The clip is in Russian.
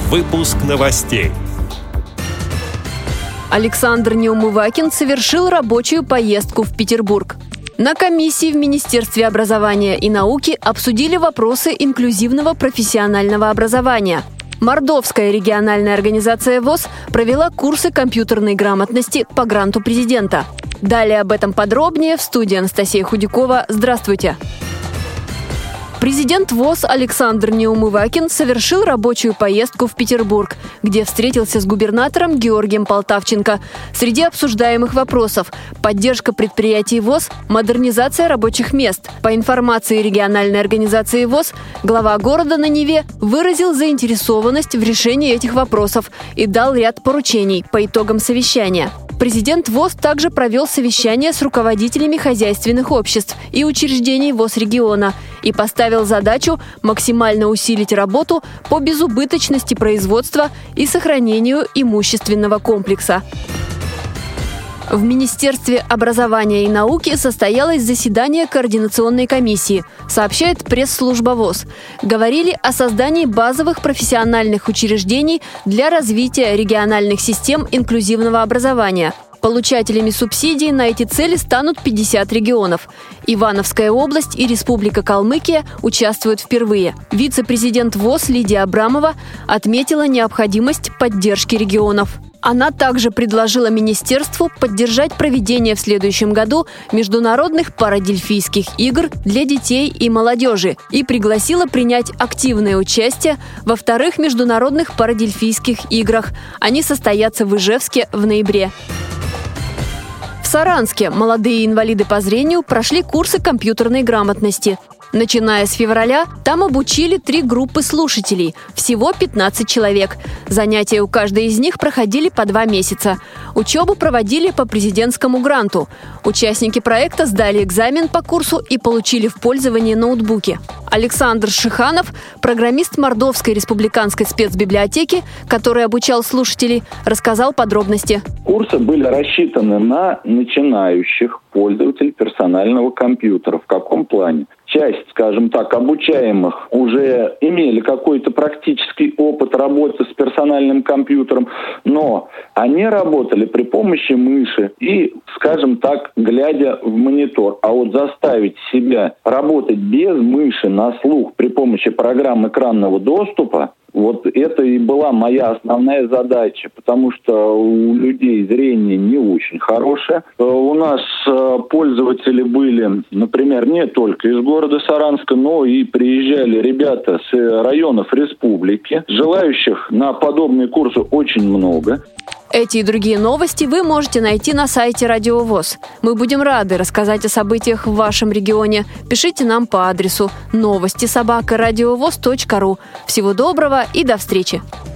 Выпуск новостей. Александр Неумывакин совершил рабочую поездку в Петербург. На комиссии в Министерстве образования и науки обсудили вопросы инклюзивного профессионального образования. Мордовская региональная организация ВОС провела курсы компьютерной грамотности по гранту президента. Далее об этом подробнее в студии Анастасия Худякова. Здравствуйте! Президент ВОС Александр Неумывакин совершил рабочую поездку в Петербург, где встретился с губернатором Георгием Полтавченко. Среди обсуждаемых вопросов – поддержка предприятий ВОС, модернизация рабочих мест. По информации региональной организации ВОС, глава города на Неве выразил заинтересованность в решении этих вопросов и дал ряд поручений по итогам совещания. Президент ВОС также провел совещание с руководителями хозяйственных обществ и учреждений ВОС региона и поставил задачу максимально усилить работу по безубыточности производства и сохранению имущественного комплекса. В Министерстве образования и науки состоялось заседание координационной комиссии, сообщает пресс-служба ВОС. Говорили о создании базовых профессиональных учреждений для развития региональных систем инклюзивного образования. Получателями субсидий на эти цели станут 50 регионов. Ивановская область и Республика Калмыкия участвуют впервые. Вице-президент ВОС Лидия Абрамова отметила необходимость поддержки регионов. Она также предложила министерству поддержать проведение в следующем году международных парадельфийских игр для детей и молодежи и пригласила принять активное участие во вторых международных парадельфийских играх. Они состоятся в Ижевске в ноябре. В Саранске молодые инвалиды по зрению прошли курсы компьютерной грамотности. Начиная с февраля, там обучили 3 группы слушателей, всего 15 человек. Занятия у каждой из них проходили по 2 месяца. Учебу проводили по президентскому гранту. Участники проекта сдали экзамен по курсу и получили в пользование ноутбуки. Александр Шиханов, программист Мордовской республиканской спецбиблиотеки, который обучал слушателей, рассказал подробности. Курсы были рассчитаны на начинающих пользователей персонального компьютера. В каком плане? Часть, скажем так, обучаемых уже имели какой-то практический опыт работы с персональным компьютером, но они работали при помощи мыши и, скажем так, глядя в монитор. А вот заставить себя работать без мыши на слух при помощи программ экранного доступа, вот это и была моя основная задача, потому что у людей зрение не очень хорошее. У нас пользователи были, например, не только из города Саранска, но и приезжали ребята с районов республики. Желающих на подобные курсы очень много. Эти и другие новости вы можете найти на сайте Радио ВОС. Мы будем рады рассказать о событиях в вашем регионе. Пишите нам по адресу новости@радиовос.ру. Всего доброго и до встречи!